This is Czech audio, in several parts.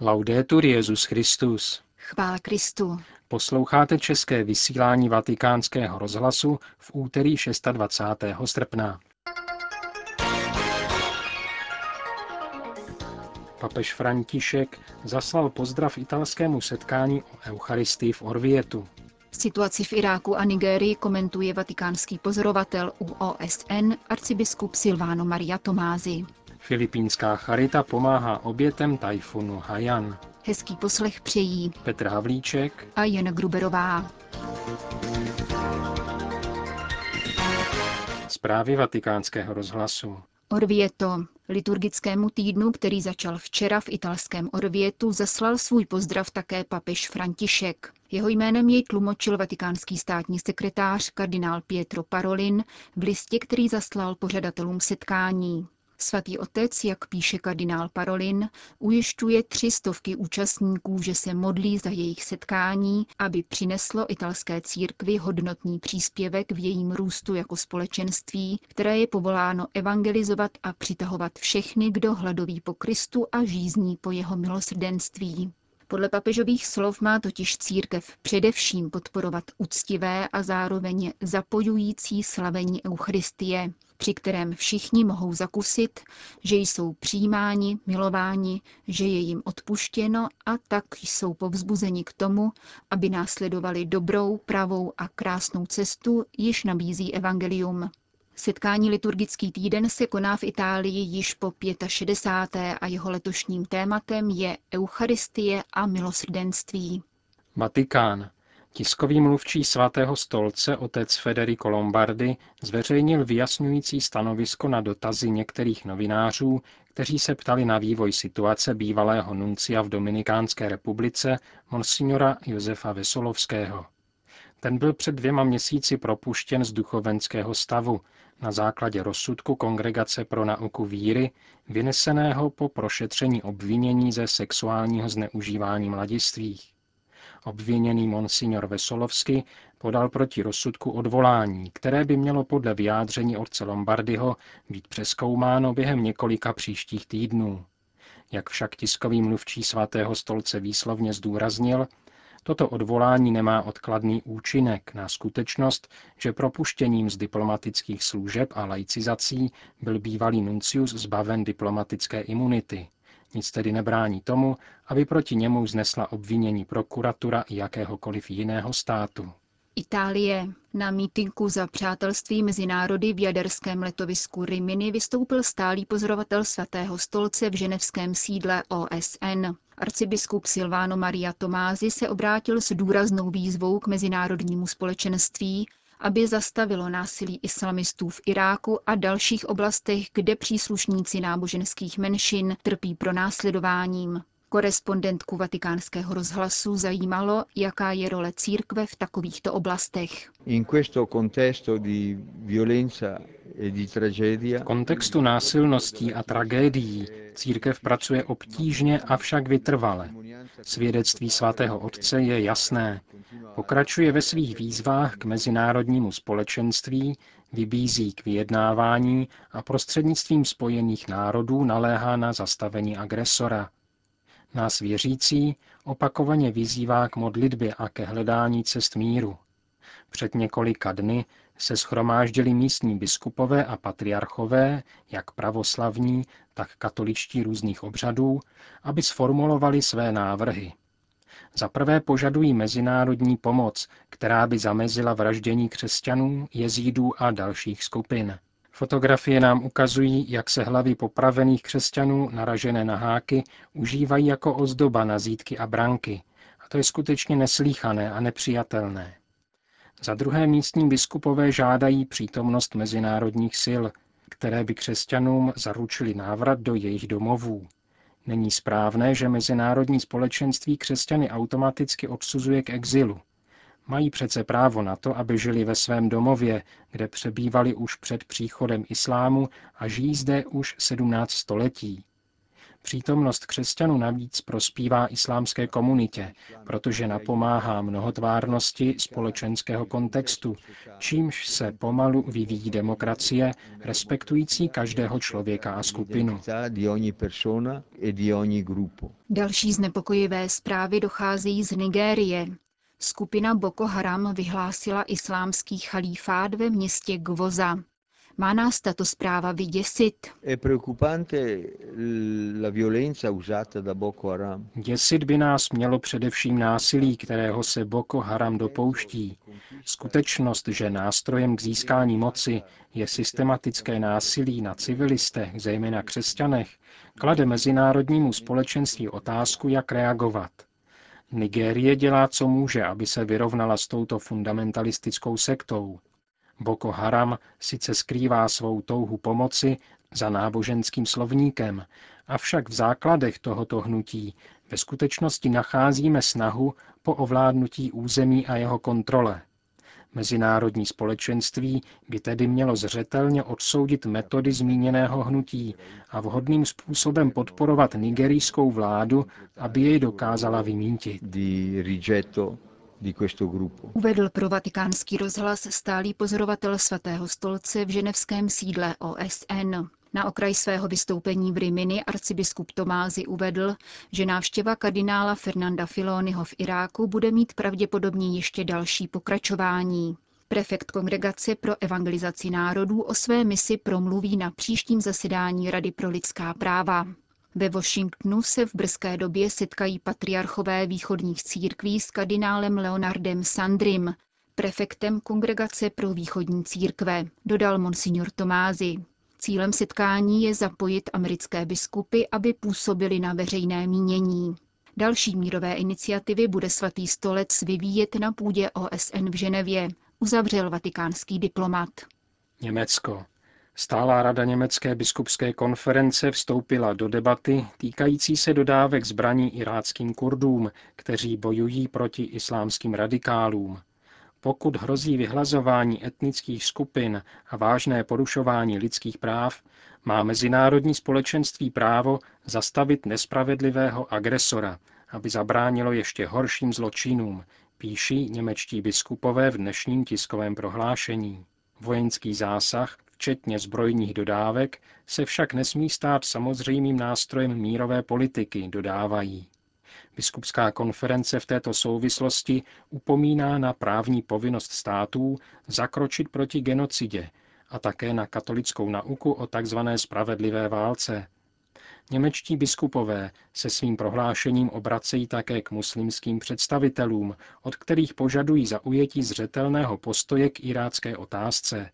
Laudetur Jesus Christus. Chvála Kristu. Posloucháte české vysílání Vatikánského rozhlasu v úterý 26. srpna. Papež František zaslal pozdrav italskému setkání o Eucharistii v Orvietu. Situaci v Iráku a Nigérii komentuje vatikánský pozorovatel u OSN arcibiskup Silvano Maria Tomási. Filipínská charita pomáhá obětem tajfunu Haiyan. Hezký poslech přejí Petr Havlíček a Jana Gruberová. Zprávy Vatikánského rozhlasu. Orvieto. Liturgickému týdnu, který začal včera v italském Orvietu, zaslal svůj pozdrav také papež František. Jeho jménem jej tlumočil vatikánský státní sekretář kardinál Pietro Parolin v listě, který zaslal pořadatelům setkání. Svatý otec, jak píše kardinál Parolin, ujišťuje 300 účastníků, že se modlí za jejich setkání, aby přineslo italské církvi hodnotný příspěvek v jejím růstu jako společenství, které je povoláno evangelizovat a přitahovat všechny, kdo hladoví po Kristu a žízní po jeho milosrdenství. Podle papežových slov má totiž církev především podporovat uctivé a zároveň zapojující slavení Eucharistie, při kterém všichni mohou zakusit, že jsou přijímáni, milováni, že je jim odpuštěno a tak jsou povzbuzeni k tomu, aby následovali dobrou, pravou a krásnou cestu, již nabízí evangelium. Setkání Liturgický týden se koná v Itálii již po 65. a jeho letošním tématem je Eucharistie a milosrdenství. Vatikán. Tiskový mluvčí Svatého stolce otec Federico Lombardi zveřejnil vyjasňující stanovisko na dotazy některých novinářů, kteří se ptali na vývoj situace bývalého nuncia v Dominikánské republice monsignora Josefa Vesolovského. Ten byl před 2 měsíci propuštěn z duchovenského stavu na základě rozsudku Kongregace pro nauku víry, vyneseného po prošetření obvinění ze sexuálního zneužívání mladistvých. Obviněný monsignor Vesolovský podal proti rozsudku odvolání, které by mělo podle vyjádření otce Lombardiho být přezkoumáno během několika příštích týdnů. Jak však tiskový mluvčí Svatého stolce výslovně zdůraznil, toto odvolání nemá odkladný účinek na skutečnost, že propuštěním z diplomatických služeb a laicizací byl bývalý nuncius zbaven diplomatické imunity. Nic tedy nebrání tomu, aby proti němu vznesla obvinění prokuratura i jakéhokoliv jiného státu. Itálie. Na mítinku za přátelství mezi národy v jaderském letovisku Rimini vystoupil stálý pozorovatel Svatého stolce v ženevském sídle OSN. Arcibiskup Silvano Maria Tomási se obrátil s důraznou výzvou k mezinárodnímu společenství, aby zastavilo násilí islamistů v Iráku a dalších oblastech, kde příslušníci náboženských menšin trpí pronásledováním. Korespondentku Vatikánského rozhlasu zajímalo, jaká je role církve v takovýchto oblastech. V kontextu násilností a tragédií církev pracuje obtížně, avšak vytrvale. Svědectví svatého otce je jasné. Pokračuje ve svých výzvách k mezinárodnímu společenství, vybízí k vyjednávání a prostřednictvím Spojených národů naléhá na zastavení agresora. Nás věřící opakovaně vyzývá k modlitbě a ke hledání cest míru. Před několika dny se shromáždili místní biskupové a patriarchové, jak pravoslavní, tak katoličtí různých obřadů, aby sformulovali své návrhy. Za prvé požadují mezinárodní pomoc, která by zamezila vraždění křesťanů, jezídů a dalších skupin. Fotografie nám ukazují, jak se hlavy popravených křesťanů naražené na háky užívají jako ozdoba na zítky a branky. A to je skutečně neslýchané a nepřijatelné. Za druhé místní biskupové žádají přítomnost mezinárodních sil, které by křesťanům zaručily návrat do jejich domovů. Není správné, že mezinárodní společenství křesťany automaticky odsuzuje k exilu. Mají přece právo na to, aby žili ve svém domově, kde přebývali už před příchodem islámu a žijí zde už 17 století. Přítomnost křesťanů navíc prospívá islámské komunitě, protože napomáhá mnohotvárnosti společenského kontextu, čímž se pomalu vyvíjí demokracie, respektující každého člověka a skupinu. Další znepokojivé zprávy docházejí z Nigérie. Skupina Boko Haram vyhlásila islámský chalífát ve městě Gwoza. Má nás tato zpráva vyděsit? Děsit by nás mělo především násilí, kterého se Boko Haram dopouští. Skutečnost, že nástrojem k získání moci je systematické násilí na civilistech, zejména křesťanech, klade mezinárodnímu společenství otázku, jak reagovat. Nigérie dělá, co může, aby se vyrovnala s touto fundamentalistickou sektou. Boko Haram sice skrývá svou touhu pomoci za náboženským slovníkem, avšak v základech tohoto hnutí ve skutečnosti nacházíme snahu po ovládnutí území a jeho kontrole. Mezinárodní společenství by tedy mělo zřetelně odsoudit metody zmíněného hnutí a vhodným způsobem podporovat nigerijskou vládu, aby jej dokázala vymýtit. Uvedl pro Vatikánský rozhlas stálý pozorovatel Svatého stolce v ženevském sídle OSN. Na okraj svého vystoupení v Rimini arcibiskup Tomázy uvedl, že návštěva kardinála Fernanda Filoniho v Iráku bude mít pravděpodobně ještě další pokračování. Prefekt Kongregace pro evangelizaci národů o své misi promluví na příštím zasedání Rady pro lidská práva. Ve Washingtonu se v brzké době setkají patriarchové východních církví s kardinálem Leonardem Sandrim, prefektem Kongregace pro východní církve, dodal monsignor Tomázy. Cílem setkání je zapojit americké biskupy, aby působili na veřejné mínění. Další mírové iniciativy bude Svatý stolec vyvíjet na půdě OSN v Ženevě, uzavřel vatikánský diplomat. Německo. Stálá rada Německé biskupské konference vstoupila do debaty týkající se dodávek zbraní iráckým Kurdům, kteří bojují proti islámským radikálům. Pokud hrozí vyhlazování etnických skupin a vážné porušování lidských práv, má mezinárodní společenství právo zastavit nespravedlivého agresora, aby zabránilo ještě horším zločinům, píší němečtí biskupové v dnešním tiskovém prohlášení. Vojenský zásah, včetně zbrojních dodávek, se však nesmí stát samozřejmým nástrojem mírové politiky, dodávají. Biskupská konference v této souvislosti upomíná na právní povinnost států zakročit proti genocidě a také na katolickou nauku o tzv. Spravedlivé válce. Němečtí biskupové se svým prohlášením obracejí také k muslimským představitelům, od kterých požadují zaujetí zřetelného postoje k irácké otázce.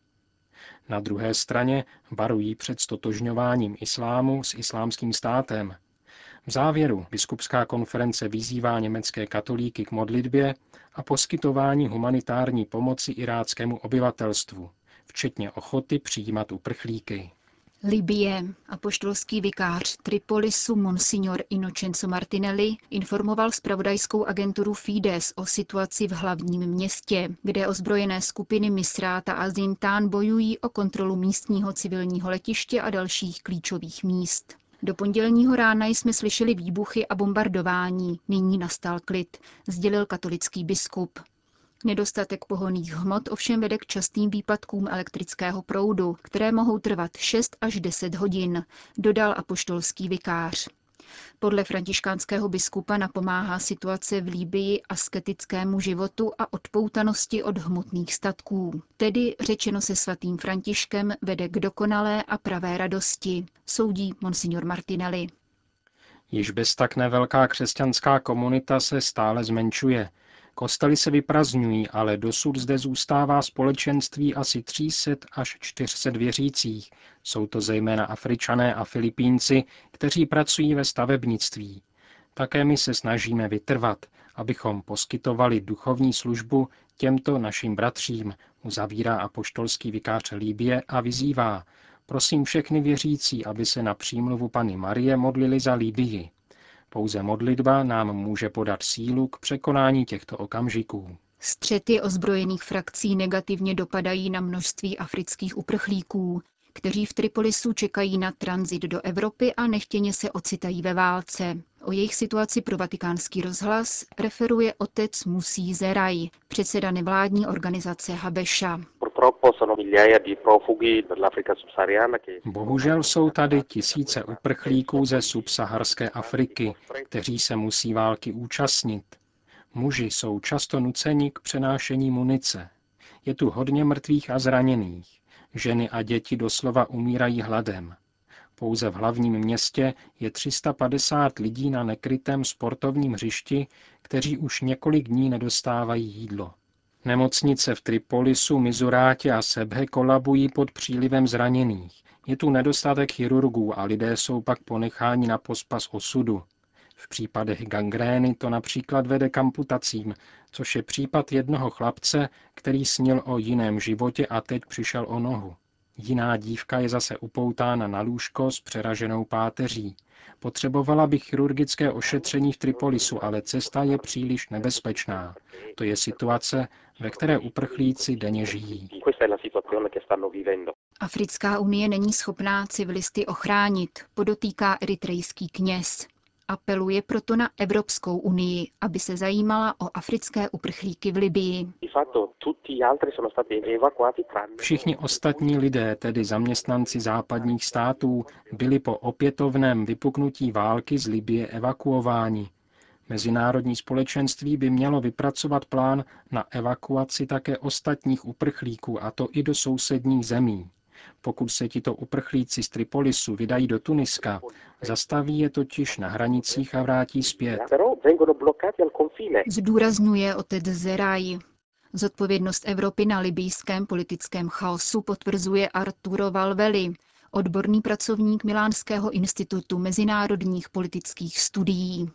Na druhé straně varují před stotožňováním islámu s islámským státem. V závěru biskupská konference vyzývá německé katolíky k modlitbě a poskytování humanitární pomoci iráckému obyvatelstvu, včetně ochoty přijímat uprchlíky. Libye. Apoštolský vikář Tripolisu Monsignor Innocenzo Martinelli informoval zpravodajskou agenturu Fides o situaci v hlavním městě, kde ozbrojené skupiny Misráta a Zintán bojují o kontrolu místního civilního letiště a dalších klíčových míst. Do pondělního rána jsme slyšeli výbuchy a bombardování, nyní nastal klid, sdělil katolický biskup. Nedostatek pohonných hmot ovšem vede k častým výpadkům elektrického proudu, které mohou trvat 6 až 10 hodin, dodal apoštolský vikář. Podle františkánského biskupa napomáhá situace v Libyi asketickému životu a odpoutanosti od hmotných statků. Tedy, řečeno se svatým Františkem, vede k dokonalé a pravé radosti, soudí monsignor Martinelli. Již bez tak nevelká křesťanská komunita se stále zmenšuje. Kostely se vyprazňují, ale dosud zde zůstává společenství asi 300 až 400 věřících. Jsou to zejména Afričané a Filipínci, kteří pracují ve stavebnictví. Také my se snažíme vytrvat, abychom poskytovali duchovní službu těmto našim bratřím, uzavírá apoštolský vikář Libye a vyzývá: prosím všechny věřící, aby se na přímluvu Panny Marie modlili za Libyi. Pouze modlitba nám může podat sílu k překonání těchto okamžiků. Střety ozbrojených frakcí negativně dopadají na množství afrických uprchlíků, kteří v Tripolisu čekají na tranzit do Evropy a nechtěně se ocitají ve válce. O jejich situaci pro Vatikánský rozhlas referuje otec Musí Zeraj, předseda nevládní organizace Habeša. Bohužel jsou tady tisíce uprchlíků ze subsaharské Afriky, kteří se musí války účastnit. Muži jsou často nuceni k přenášení munice. Je tu hodně mrtvých a zraněných. Ženy a děti doslova umírají hladem. Pouze v hlavním městě je 350 lidí na nekrytém sportovním hřišti, kteří už několik dní nedostávají jídlo. Nemocnice v Tripolisu, Misurátě a Sebhe kolabují pod přílivem zraněných. Je tu nedostatek chirurgů a lidé jsou pak ponecháni na pospas osudu. V případech gangrény to například vede k amputacím, což je případ jednoho chlapce, který snil o jiném životě a teď přišel o nohu. Jiná dívka je zase upoutána na lůžko s přeraženou páteří. Potřebovala by chirurgické ošetření v Tripolisu, ale cesta je příliš nebezpečná. To je situace, ve které uprchlíci denně žijí. Africká unie není schopná civilisty ochránit, podotýká eritrejský kněz. Apeluje proto na Evropskou unii, aby se zajímala o africké uprchlíky v Libyi. Všichni ostatní lidé, tedy zaměstnanci západních států, byli po opětovném vypuknutí války z Libye evakuováni. Mezinárodní společenství by mělo vypracovat plán na evakuaci také ostatních uprchlíků, a to i do sousedních zemí. Pokud se tito uprchlíci z Tripolisu vydají do Tuniska, zastaví je totiž na hranicích a vrátí zpět. Zdůrazňuje otec Zeraj. Zodpovědnost Evropy na libyjském politickém chaosu potvrzuje Arturo Valvelli, odborný pracovník Milánského institutu mezinárodních politických studií.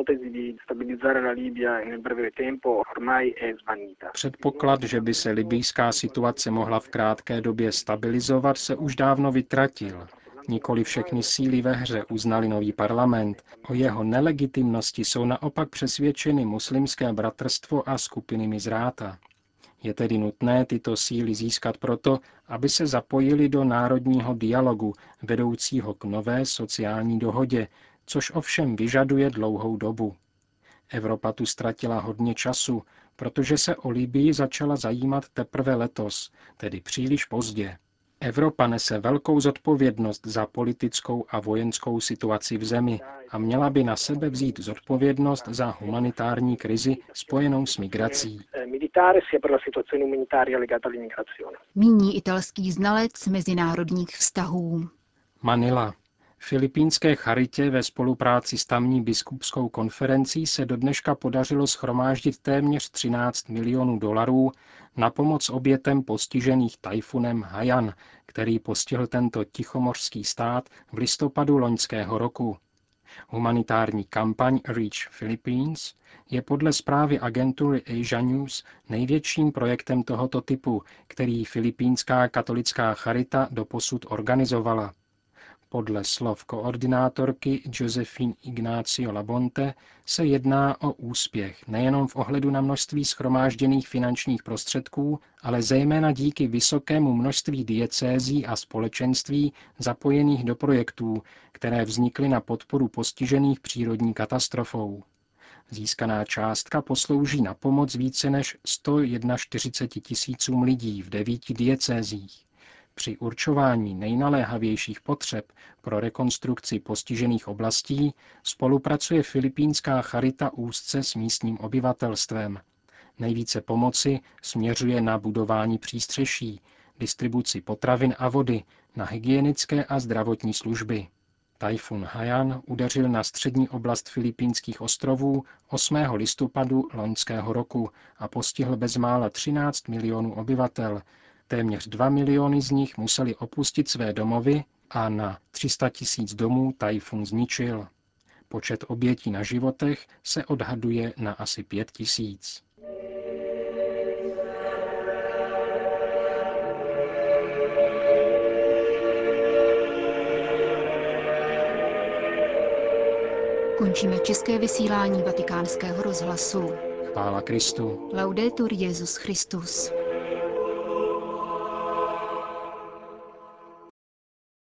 Předpoklad, že by se libyjská situace mohla v krátké době stabilizovat, se už dávno vytratil. Nikoli všechny síly ve hře uznali nový parlament. O jeho nelegitimnosti jsou naopak přesvědčeny muslimské bratrstvo a skupiny Mizráta. Je tedy nutné tyto síly získat proto, aby se zapojili do národního dialogu, vedoucího k nové sociální dohodě, což ovšem vyžaduje dlouhou dobu. Evropa tu ztratila hodně času, protože se o Libyi začala zajímat teprve letos, tedy příliš pozdě. Evropa nese velkou zodpovědnost za politickou a vojenskou situaci v zemi a měla by na sebe vzít zodpovědnost za humanitární krizi spojenou s migrací. Míní italský znalec mezinárodních vztahů. Manila. Filipínské charitě ve spolupráci s tamní biskupskou konferencí se do dneška podařilo shromáždit téměř 13 milionů dolarů na pomoc obětem postižených tajfunem Haiyan, který postihl tento tichomořský stát v listopadu loňského roku. Humanitární kampaň Reach Philippines je podle zprávy agentury Asia News největším projektem tohoto typu, který filipínská katolická charita doposud organizovala. Podle slov koordinátorky Josefine Ignacio Labonte se jedná o úspěch nejenom v ohledu na množství shromážděných finančních prostředků, ale zejména díky vysokému množství diecézí a společenství zapojených do projektů, které vznikly na podporu postižených přírodní katastrofou. Získaná částka poslouží na pomoc více než 141 tisícům lidí v 9 diecézích. Při určování nejnaléhavějších potřeb pro rekonstrukci postižených oblastí spolupracuje filipínská charita úzce s místním obyvatelstvem. Nejvíce pomoci směřuje na budování přístřeší, distribuci potravin a vody, na hygienické a zdravotní služby. Tajfun Haiyan udeřil na střední oblast Filipínských ostrovů 8. listopadu loňského roku a postihl bezmála 13 milionů obyvatel. Téměř 2 miliony z nich museli opustit své domovy a na 300 tisíc domů tajfun zničil. Počet obětí na životech se odhaduje na asi 5 tisíc. Končíme české vysílání Vatikánského rozhlasu. Chvála Kristu. Laudetur Jesus Christus.